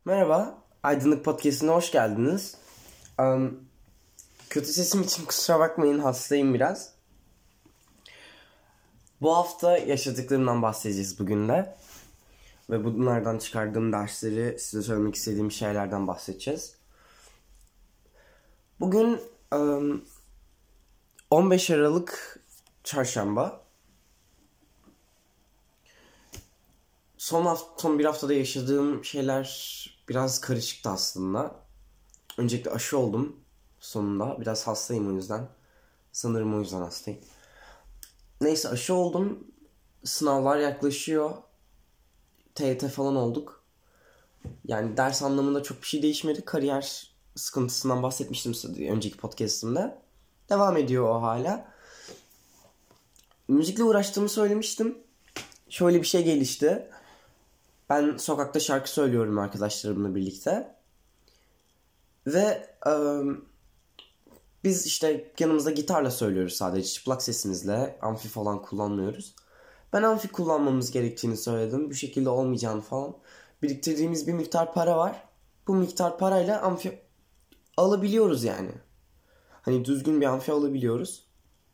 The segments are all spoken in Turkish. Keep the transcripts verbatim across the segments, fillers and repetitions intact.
Merhaba, Aydınlık Podcast'ine hoş geldiniz. Um, kötü sesim için kusura bakmayın, hastayım biraz. Bu hafta yaşadıklarımdan bahsedeceğiz bugün de. Ve bunlardan çıkardığım dersleri, size söylemek istediğim şeylerden bahsedeceğiz. Bugün um, on beş Aralık Çarşamba. Son, hafta, son bir haftada yaşadığım şeyler biraz karışıktı aslında. Öncelikle aşı oldum sonunda. Biraz hastayım o yüzden. Sanırım o yüzden hastayım. Neyse aşı oldum. Sınavlar yaklaşıyor. T Y T falan olduk. Yani ders anlamında çok bir şey değişmedi. Kariyer sıkıntısından bahsetmiştim size önceki podcastımda. Devam ediyor o hala. Müzikle uğraştığımı söylemiştim. Şöyle bir şey gelişti. Ben sokakta şarkı söylüyorum arkadaşlarımla birlikte. Ve ıı, biz işte yanımızda gitarla söylüyoruz sadece. Çıplak sesimizle. Amfi falan kullanmıyoruz. Ben amfi kullanmamız gerektiğini söyledim. Bu şekilde olmayacağını falan. Biriktirdiğimiz bir miktar para var. Bu miktar parayla amfi alabiliyoruz yani. Hani düzgün bir amfi alabiliyoruz.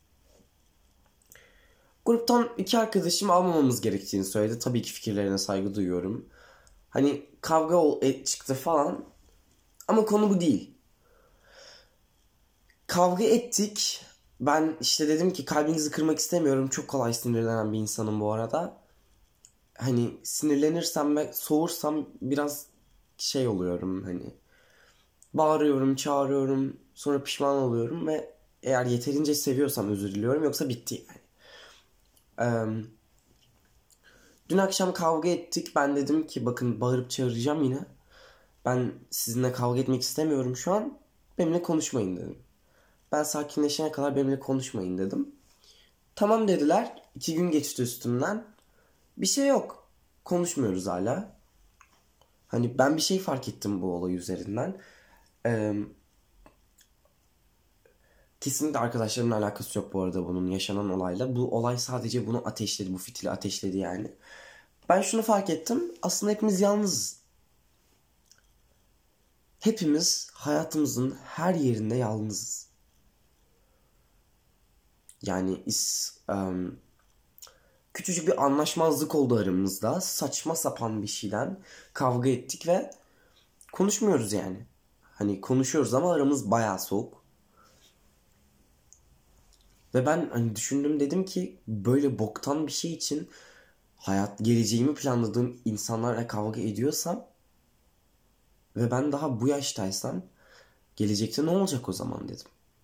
Gruptan iki arkadaşım almamamız gerektiğini söyledi. Tabii ki fikirlerine saygı duyuyorum. Hani kavga çıktı falan. Ama konu bu değil. Kavga ettik. Ben işte dedim ki kalbinizi kırmak istemiyorum. Çok kolay sinirlenen bir insanım bu arada. Hani sinirlenirsem ve soğursam biraz şey oluyorum hani. Bağırıyorum, çağırıyorum. Sonra pişman oluyorum ve eğer yeterince seviyorsam özür diliyorum. Yoksa bitti yani. Ee, dün akşam kavga ettik. Ben dedim ki bakın bağırıp çağıracağım yine. Ben sizinle kavga etmek istemiyorum şu an. Benimle konuşmayın dedim. Ben sakinleşene kadar benimle konuşmayın dedim. Tamam dediler. İki gün geçti üstümden. Bir şey yok. Konuşmuyoruz hala. Hani ben bir şey fark ettim bu olay üzerinden. Ee, kesinlikle arkadaşlarımla alakası yok bu arada bunun yaşanan olayla. Bu olay sadece bunu ateşledi. Bu fitili ateşledi yani. Ben şunu fark ettim. Aslında hepimiz yalnızız. Hepimiz hayatımızın her yerinde yalnızız. Yani is, um, küçücük bir anlaşmazlık oldu aramızda. Saçma sapan bir şeyden kavga ettik ve konuşmuyoruz yani. Hani konuşuyoruz ama aramız bayağı soğuk. Ve ben hani düşündüm dedim ki böyle boktan bir şey için hayat geleceğimi planladığım insanlarla kavga ediyorsam ve ben daha bu yaştaysam gelecekte ne olacak o zaman dedim.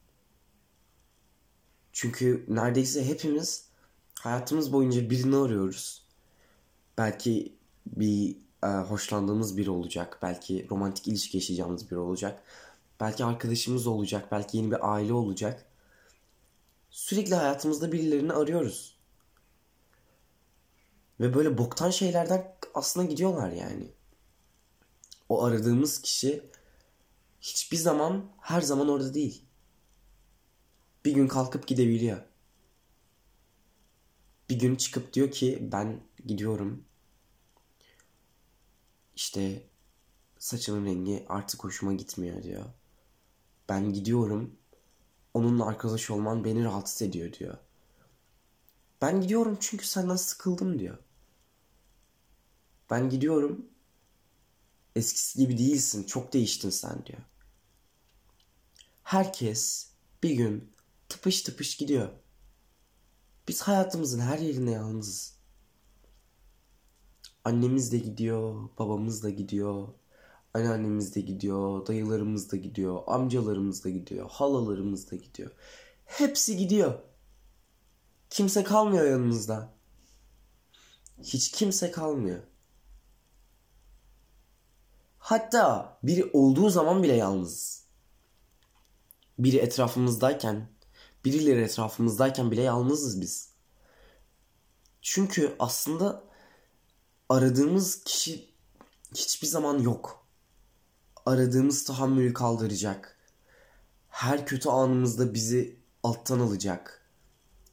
Çünkü neredeyse hepimiz hayatımız boyunca birini arıyoruz. Belki bir e, hoşlandığımız biri olacak. Belki romantik ilişki yaşayacağımız biri olacak. Belki arkadaşımız olacak. Belki yeni bir aile olacak. Sürekli hayatımızda birilerini arıyoruz. Ve böyle boktan şeylerden aslında gidiyorlar yani. O aradığımız kişi hiçbir zaman her zaman orada değil. Bir gün kalkıp gidebiliyor. Bir gün çıkıp diyor ki ben gidiyorum. İşte saçımın rengi artık hoşuma gitmiyor diyor. Ben gidiyorum. Onunla arkadaş olman beni rahatsız ediyor diyor. Ben gidiyorum çünkü senden sıkıldım diyor. Ben gidiyorum. Eskisi gibi değilsin. Çok değiştin sen diyor. Herkes bir gün tıpış tıpış gidiyor. Biz hayatımızın her yerine yalnızız. Annemiz de gidiyor, babamız da gidiyor, anneannemiz de gidiyor, dayılarımız da gidiyor, amcalarımız da gidiyor, halalarımız da gidiyor. Hepsi gidiyor. Kimse kalmıyor yanımızda. Hiç kimse kalmıyor. Hatta biri olduğu zaman bile yalnızız. Biri etrafımızdayken, birileri etrafımızdayken bile yalnızız biz. Çünkü aslında aradığımız kişi hiçbir zaman yok. Aradığımız tahammülü kaldıracak. Her kötü anımızda bizi alttan alacak.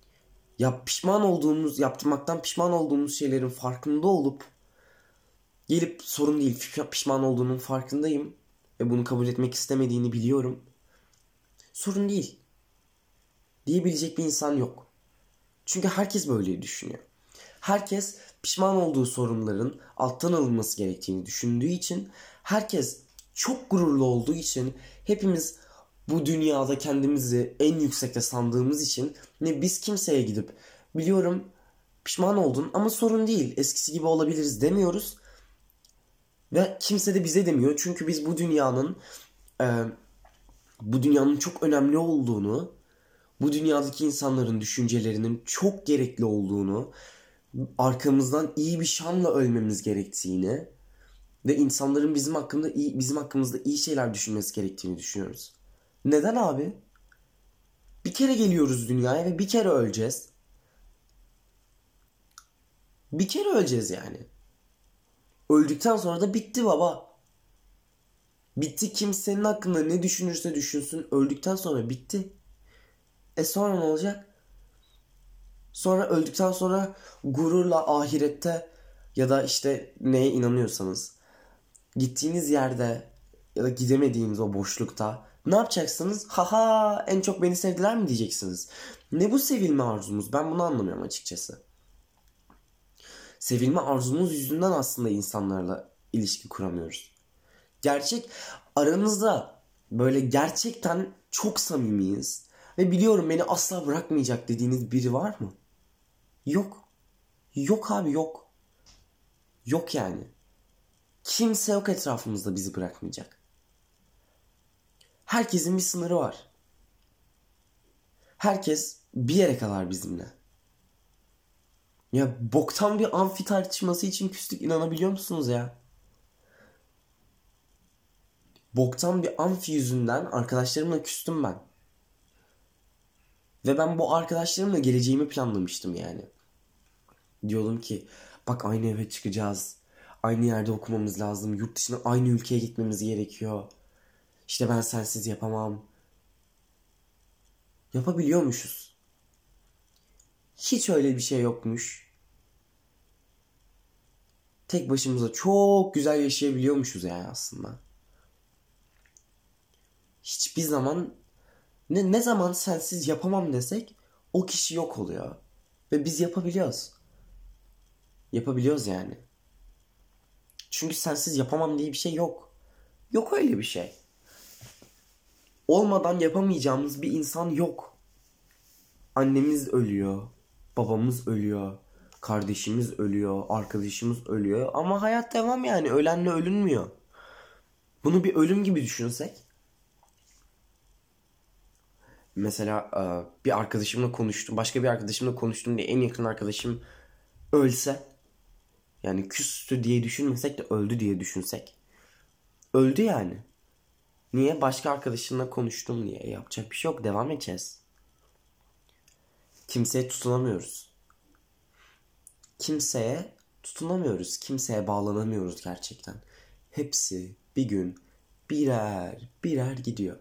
Ya pişman olduğumuz, yaptırmaktan pişman olduğumuz şeylerin farkında olup gelip sorun değil, pişman olduğunun farkındayım ve bunu kabul etmek istemediğini biliyorum. Sorun değil diyebilecek bir insan yok. Çünkü herkes böyle düşünüyor. Herkes pişman olduğu sorunların alttan alınması gerektiğini düşündüğü için, herkes çok gururlu olduğu için, hepimiz bu dünyada kendimizi en yüksekte sandığımız için ne biz kimseye gidip biliyorum pişman oldun ama sorun değil, eskisi gibi olabiliriz demiyoruz. Ve kimse de bize demiyor. Çünkü biz bu dünyanın e, bu dünyanın çok önemli olduğunu, bu dünyadaki insanların düşüncelerinin çok gerekli olduğunu, arkamızdan iyi bir şanla ölmemiz gerektiğini ve insanların bizim hakkında iyi, bizim hakkımızda iyi şeyler düşünmesi gerektiğini düşünüyoruz. Neden abi? Bir kere geliyoruz dünyaya ve bir kere öleceğiz. Bir kere öleceğiz yani. Öldükten sonra da bitti baba. Bitti, kimsenin hakkında ne düşünürse düşünsün, öldükten sonra bitti. E sonra ne olacak? Sonra öldükten sonra gururla ahirette ya da işte neye inanıyorsanız gittiğiniz yerde ya da gidemediğiniz o boşlukta ne yapacaksınız? Haha, en çok beni sevdiler mi diyeceksiniz. Ne bu sevilme arzumuz? Ben bunu anlamıyorum açıkçası. Sevilme arzumuz yüzünden aslında insanlarla ilişki kuramıyoruz. Gerçek aranızda böyle gerçekten çok samimiyiz ve biliyorum beni asla bırakmayacak dediğiniz biri var mı? Yok. Yok abi, yok. Yok yani. Kimse yok etrafımızda bizi bırakmayacak. Herkesin bir sınırı var. Herkes bir yere kadar bizimle. Ya boktan bir amfi tartışması için küstük, inanabiliyor musunuz ya? Boktan bir amfi yüzünden arkadaşlarımla küstüm ben. Ve ben bu arkadaşlarımla geleceğimi planlamıştım yani. Diyordum ki bak aynı eve çıkacağız. Aynı yerde okumamız lazım. Yurt dışına aynı ülkeye gitmemiz gerekiyor. İşte ben sensiz yapamam. Yapabiliyormuşuz. Hiç öyle bir şey yokmuş. Tek başımıza çok güzel yaşayabiliyormuşuz yani aslında. Hiçbir zaman ne, ne zaman sensiz yapamam desek o kişi yok oluyor. Ve biz yapabiliyoruz. Yapabiliyoruz yani. Çünkü sensiz yapamam diye bir şey yok. Yok öyle bir şey. Olmadan yapamayacağımız bir insan yok. Annemiz ölüyor. Babamız ölüyor. Kardeşimiz ölüyor. Arkadaşımız ölüyor. Ama hayat devam yani. Ölenle ölünmüyor. Bunu bir ölüm gibi düşünsek. Mesela bir arkadaşımla konuştum. Başka bir arkadaşımla konuştum diye en yakın arkadaşım ölse. Yani küstü diye düşünmesek de öldü diye düşünsek. Öldü yani. Niye? Başka arkadaşımla konuştum diye. Yapacak bir şey yok. Devam edeceğiz. Kimseye tutunamıyoruz. Kimseye tutunamıyoruz. Kimseye bağlanamıyoruz gerçekten. Hepsi bir gün birer birer gidiyor.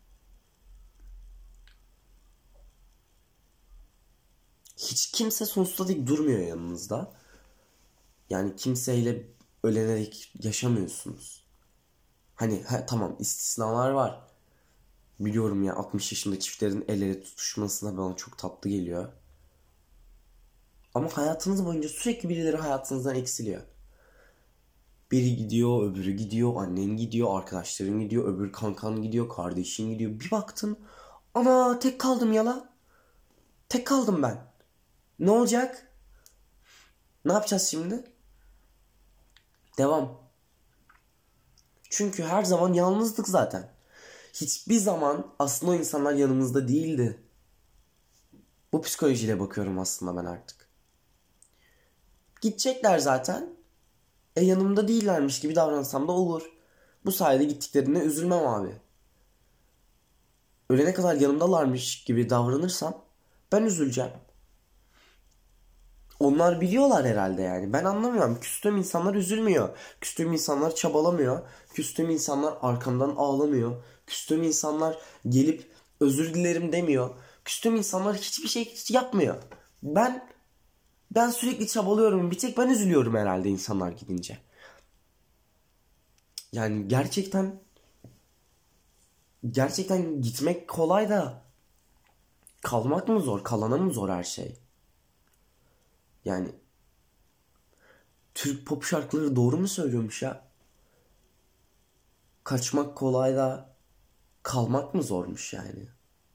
Hiç kimse sonsuza dek durmuyor yanınızda. Yani kimseyle ölenerek yaşamıyorsunuz. Hani he, tamam istisnalar var. Biliyorum ya, altmış yaşında çiftlerin el ele tutuşmasına bana çok tatlı geliyor. Ama hayatınız boyunca sürekli birileri hayatınızdan eksiliyor. Biri gidiyor, öbürü gidiyor, annen gidiyor, arkadaşların gidiyor, öbür kankan gidiyor, kardeşin gidiyor. Bir baktın, ana tek kaldım yala. Tek kaldım ben. Ne olacak? Ne yapacağız şimdi? Devam. Çünkü her zaman yalnızdık zaten. Hiçbir zaman aslında o insanlar yanımızda değildi. Bu psikolojiyle bakıyorum aslında ben artık. Gidecekler zaten. E yanımda değillermiş gibi davransam da olur. Bu sayede gittiklerine üzülmem abi. Ölene kadar yanımdalarmış gibi davranırsam ben üzüleceğim. Onlar biliyorlar herhalde yani. Ben anlamıyorum. Küstüğüm insanlar üzülmüyor. Küstüğüm insanlar çabalamıyor. Küstüğüm insanlar arkamdan ağlamıyor. Küstüğüm insanlar gelip özür dilerim demiyor. Küstüğüm insanlar hiçbir şey yapmıyor. Ben ben sürekli çabalıyorum. Bir tek ben üzülüyorum herhalde insanlar gidince. Yani gerçekten gerçekten gitmek kolay da kalmak mı zor? Kalana mı zor her şey? Yani Türk pop şarkıları doğru mu söylüyormuş ya? Kaçmak kolay da kalmak mı zormuş yani?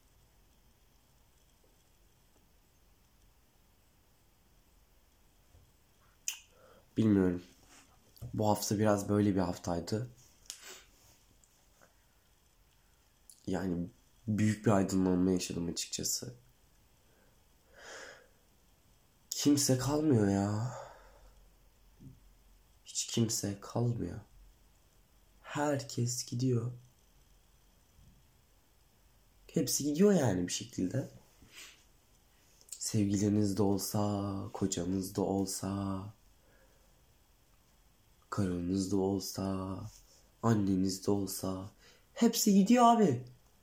Bilmiyorum. Bu hafta biraz böyle bir haftaydı. Yani büyük bir aydınlanma yaşadım açıkçası. Kimse kalmıyor ya. Hiç kimse kalmıyor. Herkes gidiyor. Hepsi gidiyor yani bir şekilde. Sevgiliniz de olsa, kocanız da olsa, karınız da olsa, anneniz de olsa. Hepsi gidiyor abi.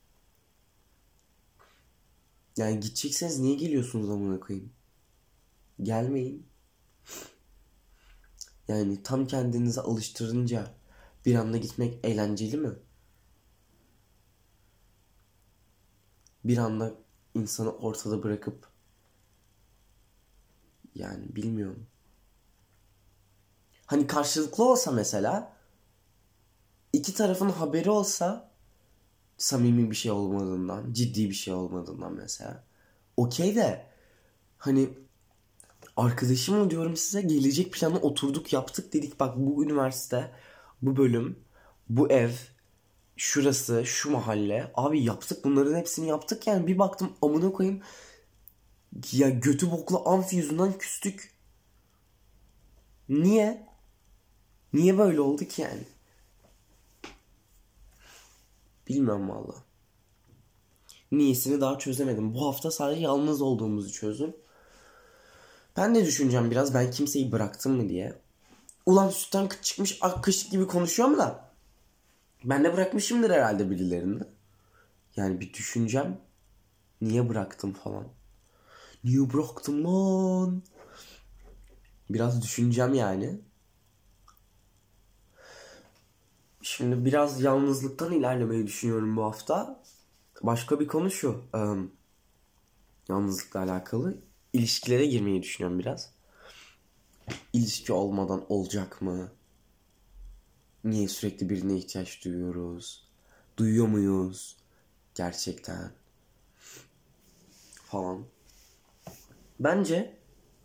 Yani gidecekseniz niye geliyorsunuz amına koyayım? Gelmeyin. Yani tam kendinizi alıştırınca bir anda gitmek eğlenceli mi? Bir anda insanı ortada bırakıp yani bilmiyorum. Hani karşılıklı olsa mesela iki tarafın haberi olsa samimi bir şey olmadığından, ciddi bir şey olmadığından mesela. Okey de hani arkadaşımla diyorum size gelecek planı oturduk yaptık dedik bak bu üniversite, bu bölüm, bu ev, şurası, şu mahalle. Abi yaptık bunların hepsini yaptık yani bir baktım amına koyayım ya götü boklu amfi yüzünden küstük. Niye? Niye böyle oldu ki yani? Bilmiyorum valla. Niyesini daha çözemedim. Bu hafta sadece yalnız olduğumuzu çözdüm. Ben de düşüneceğim biraz ben kimseyi bıraktım mı diye. Ulan sütten kıt çıkmış ak kaşık gibi konuşuyorum da. Ben de bırakmışımdır herhalde birilerini. Yani bir düşüneceğim. Niye bıraktım falan. Niye bıraktım lan? Biraz düşüneceğim yani. Şimdi biraz yalnızlıktan ilerlemeyi düşünüyorum bu hafta. Başka bir konu şu. ım, Yalnızlıkla alakalı. İlişkilere girmeyi düşünüyorum biraz. İlişki olmadan olacak mı? Niye sürekli birine ihtiyaç duyuyoruz? Duyuyor muyuz? Gerçekten. Falan. Bence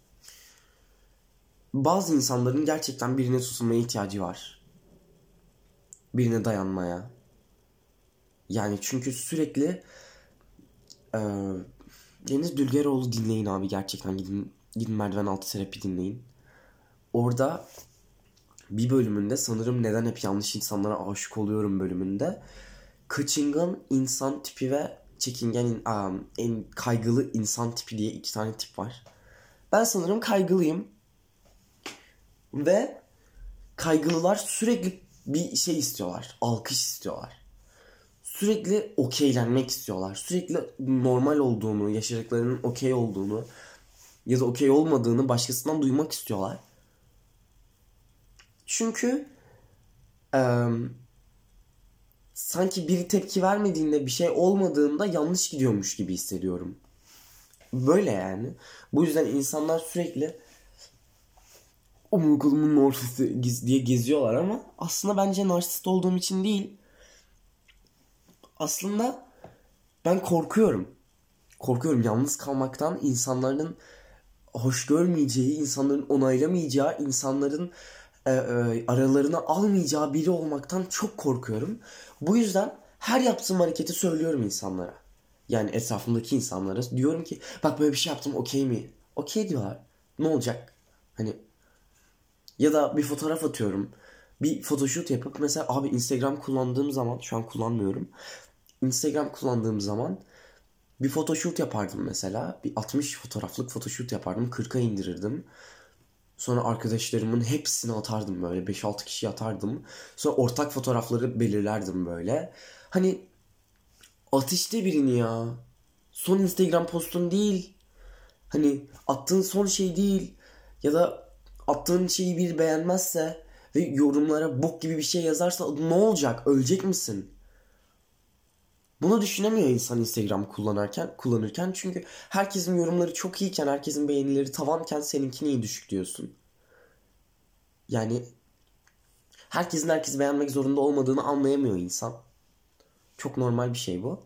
bazı insanların gerçekten birine tutunmaya ihtiyacı var. Birine dayanmaya. Yani çünkü sürekli e, Deniz Dülgeroğlu dinleyin abi gerçekten gidin gidin merdiven altı terapi dinleyin. Orada bir bölümünde sanırım neden hep yanlış insanlara aşık oluyorum bölümünde kaçıngan insan tipi ve çekingen um, en kaygılı insan tipi diye iki tane tip var. Ben sanırım kaygılıyım ve kaygılılar sürekli bir şey istiyorlar. Alkış istiyorlar. Sürekli okeylenmek istiyorlar. Sürekli normal olduğunu, yaşadıklarının okey olduğunu ya da okey olmadığını başkasından duymak istiyorlar. Çünkü e, sanki biri tepki vermediğinde bir şey olmadığında yanlış gidiyormuş gibi hissediyorum. Böyle yani. Bu yüzden insanlar sürekli omurgulumun narsist diye geziyorlar ama aslında bence narsist olduğum için değil. Aslında ben korkuyorum. Korkuyorum yalnız kalmaktan, insanların hoş görmeyeceği, insanların onaylamayacağı, insanların e, e, aralarına almayacağı biri olmaktan çok korkuyorum. Bu yüzden her yaptığım hareketi söylüyorum insanlara. Yani etrafımdaki insanlara diyorum ki bak böyle bir şey yaptım okey mi? Okey diyorlar. Ne olacak? Hani ya da bir fotoğraf atıyorum. Bir photoshoot yapıp mesela abi Instagram kullandığım zaman şu an kullanmıyorum. Instagram kullandığım zaman bir photoshoot yapardım mesela. Bir altmış fotoğraflık photoshoot yapardım. kırka indirirdim. Sonra arkadaşlarımın hepsini atardım böyle. beş altı kişi atardım. Sonra ortak fotoğrafları belirlerdim böyle. Hani at işte birini ya. Son Instagram postun değil. Hani attığın son şey değil. Ya da attığın şeyi bir beğenmezse ve yorumlara bok gibi bir şey yazarsa ne olacak? Ölecek misin? Bunu düşünemiyor insan Instagram kullanırken, kullanırken çünkü herkesin yorumları çok iyiyken, herkesin beğenileri tavanken seninkini iyi düşük diyorsun. Yani herkesin herkesi beğenmek zorunda olmadığını anlayamıyor insan. Çok normal bir şey bu.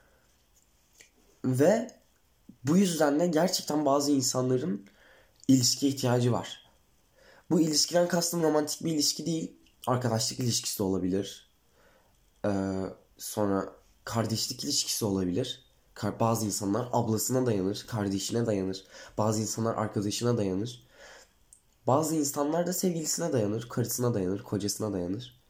Ve bu yüzden de gerçekten bazı insanların ilişkiye ihtiyacı var. Bu ilişkiden kastım romantik bir ilişki değil. Arkadaşlık ilişkisi de olabilir. Ee, sonra kardeşlik ilişkisi olabilir. Bazı insanlar ablasına dayanır, kardeşine dayanır. Bazı insanlar arkadaşına dayanır. Bazı insanlar da sevgilisine dayanır, karısına dayanır, kocasına dayanır.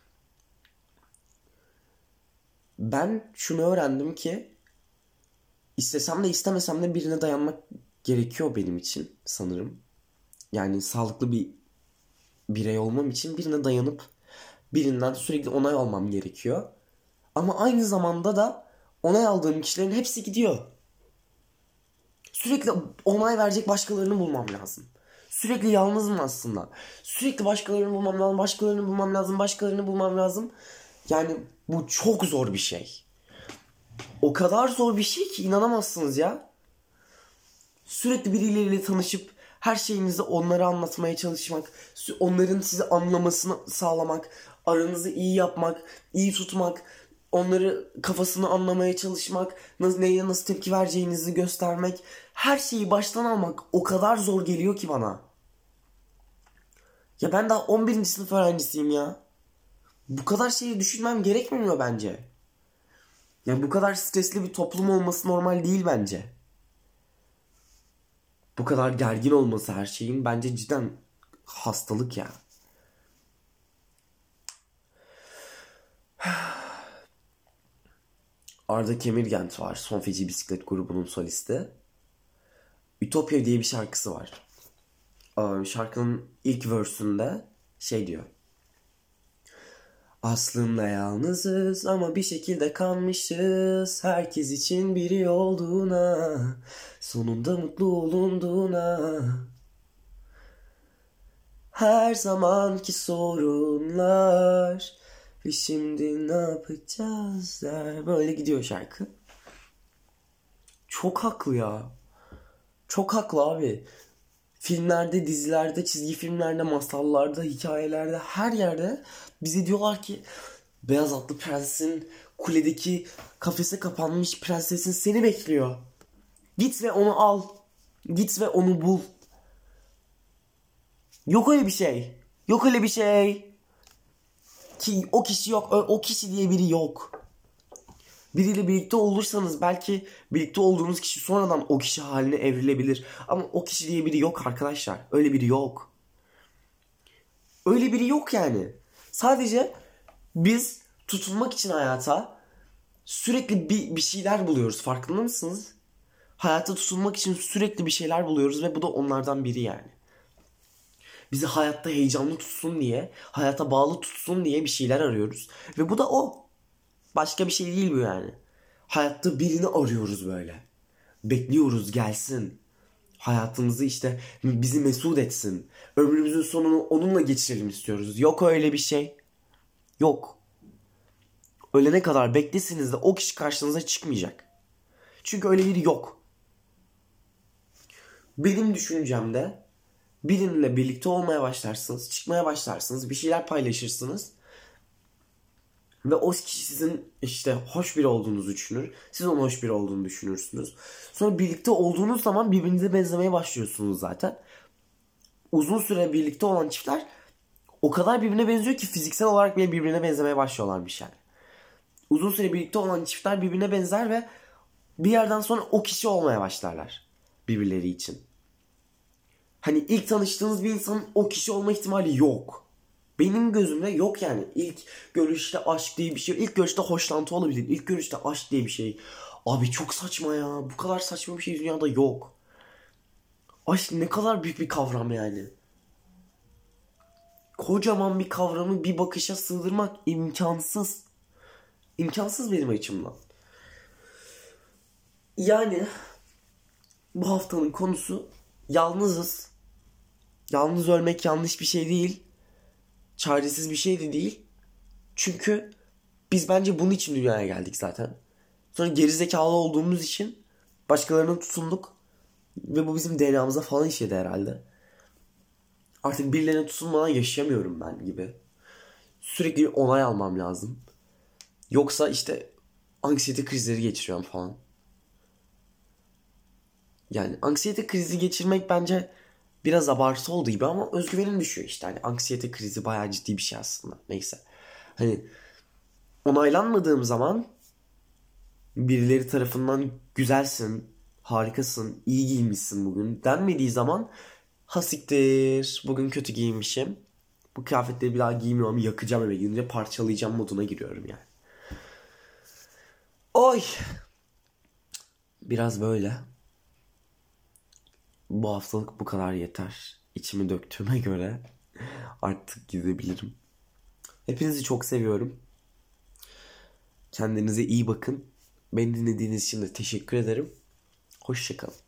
Ben şunu öğrendim ki istesem de istemesem de birine dayanmak gerekiyor benim için sanırım. Yani sağlıklı bir birey olmam için birine dayanıp birinden sürekli onay almam gerekiyor. Ama aynı zamanda da onay aldığım kişilerin hepsi gidiyor. Sürekli onay verecek başkalarını bulmam lazım. Sürekli yalnızım aslında. Sürekli başkalarını bulmam lazım, başkalarını bulmam lazım, başkalarını bulmam lazım. Yani bu çok zor bir şey. O kadar zor bir şey ki inanamazsınız ya. Sürekli birileriyle tanışıp her şeyinizi onlara anlatmaya çalışmak, onların sizi anlamasını sağlamak, aranızı iyi yapmak, iyi tutmak, onları kafasını anlamaya çalışmak, nasıl, neye nasıl tepki vereceğinizi göstermek, her şeyi baştan almak o kadar zor geliyor ki bana. Ya ben daha on birinci sınıf öğrencisiyim ya. Bu kadar şeyi düşünmem gerekmiyor bence. Yani bu kadar stresli bir toplum olması normal değil bence. Bu kadar gergin olması her şeyin bence cidden hastalık ya. Arda Kemirgent var. Son Feci Bisiklet grubunun solisti. Ütopya diye bir şarkısı var. Şarkının ilk verse'ünde şey diyor. Aslında yalnızız ama bir şekilde kanmışız. Herkes için biri olduğuna, sonunda mutlu olunduğuna. Her zamanki sorunlar ve şimdi ne yapacağız der. Böyle gidiyor şarkı. Çok haklı ya. Çok haklı abi. Filmlerde, dizilerde, çizgi filmlerde, masallarda, hikayelerde, her yerde bize diyorlar ki beyaz atlı prensin kuledeki kafese kapanmış prensesin seni bekliyor. Git ve onu al. Git ve onu bul. Yok öyle bir şey. Yok öyle bir şey. Ki o kişi yok. O kişi diye biri yok. Biriyle birlikte olursanız belki birlikte olduğunuz kişi sonradan o kişi haline evrilebilir. Ama o kişi diye biri yok arkadaşlar. Öyle biri yok. Öyle biri yok yani. Sadece biz tutunmak için hayata sürekli bir, bir şeyler buluyoruz. Farkında mısınız? Hayatta tutunmak için sürekli bir şeyler buluyoruz ve bu da onlardan biri yani. Bizi hayatta heyecanlı tutsun diye, hayata bağlı tutsun diye bir şeyler arıyoruz. Ve bu da o. Başka bir şey değil bu yani. Hayatta birini arıyoruz böyle. Bekliyoruz gelsin. Hayatımızı işte bizi mesut etsin. Ömrümüzün sonunu onunla geçirelim istiyoruz. Yok öyle bir şey. Yok. Ölene kadar beklesiniz de o kişi karşınıza çıkmayacak. Çünkü öyle biri yok. Benim düşüncemde birininle birlikte olmaya başlarsınız, çıkmaya başlarsınız, bir şeyler paylaşırsınız. Ve o kişi sizin işte hoş biri olduğunuzu düşünür. Siz onun hoş biri olduğunu düşünürsünüz. Sonra birlikte olduğunuz zaman birbirinize benzemeye başlıyorsunuz zaten. Uzun süre birlikte olan çiftler o kadar birbirine benziyor ki fiziksel olarak bile birbirine benzemeye başlıyorlarmış yani. Uzun süre birlikte olan çiftler birbirine benzer ve bir yerden sonra o kişi olmaya başlarlar birbirleri için. Hani ilk tanıştığınız bir insanın o kişi olma ihtimali yok. Benim gözümde yok yani. İlk görüşte aşk diye bir şey. İlk görüşte hoşlantı olabilir. İlk görüşte aşk diye bir şey. Abi çok saçma ya. Bu kadar saçma bir şey dünyada yok. Aşk ne kadar büyük bir kavram yani. Kocaman bir kavramı bir bakışa sığdırmak imkansız. İmkansız benim açımdan. Yani bu haftanın konusu yalnızız. Yalnız ölmek yanlış bir şey değil. çaresiz bir şey de değil. Çünkü biz bence bunun için dünyaya geldik zaten. Sonra gerizekalı olduğumuz için başkalarına tutunduk. Ve bu bizim D N A'mıza falan işledi herhalde. Artık birilerine tutunmadan yaşayamıyorum ben gibi. Sürekli bir onay almam lazım. Yoksa işte anksiyete krizleri geçiriyorum falan. Yani anksiyete krizi geçirmek bence biraz abartı oldu gibi ama özgüvenim düşüyor işte. Hani anksiyete krizi bayağı ciddi bir şey aslında. Neyse. Hani onaylanmadığım zaman birileri tarafından güzelsin, harikasın, iyi giyinmişsin bugün denmediği zaman ha siktir bugün kötü giyinmişim. Bu kıyafetleri bir daha giymiyorum, yakacağım eve gidince, parçalayacağım moduna giriyorum yani. Oy! Biraz böyle. Bu haftalık bu kadar yeter. İçimi döktüğüme göre artık gidebilirim. Hepinizi çok seviyorum. Kendinize iyi bakın. Beni dinlediğiniz için de teşekkür ederim. Hoşça kalın.